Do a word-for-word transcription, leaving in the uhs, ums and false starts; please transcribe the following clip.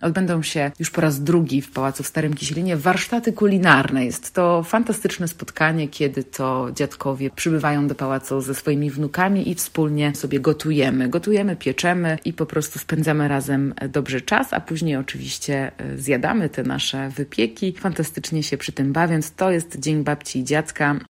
odbędą się już po raz drugi w Pałacu w Starym Kisielinie warsztaty kulinarne. Jest to fantastyczne spotkanie, kiedy to dziadkowie przybywają do pałacu ze swoimi wnukami i wspólnie sobie gotujemy. Gotujemy, pieczemy i po prostu spędzamy razem dobrze czas, a później oczywiście zjadamy te nasze wypieki, fantastycznie się przy tym bawiąc. To jest Dzień Babci i Dziadka.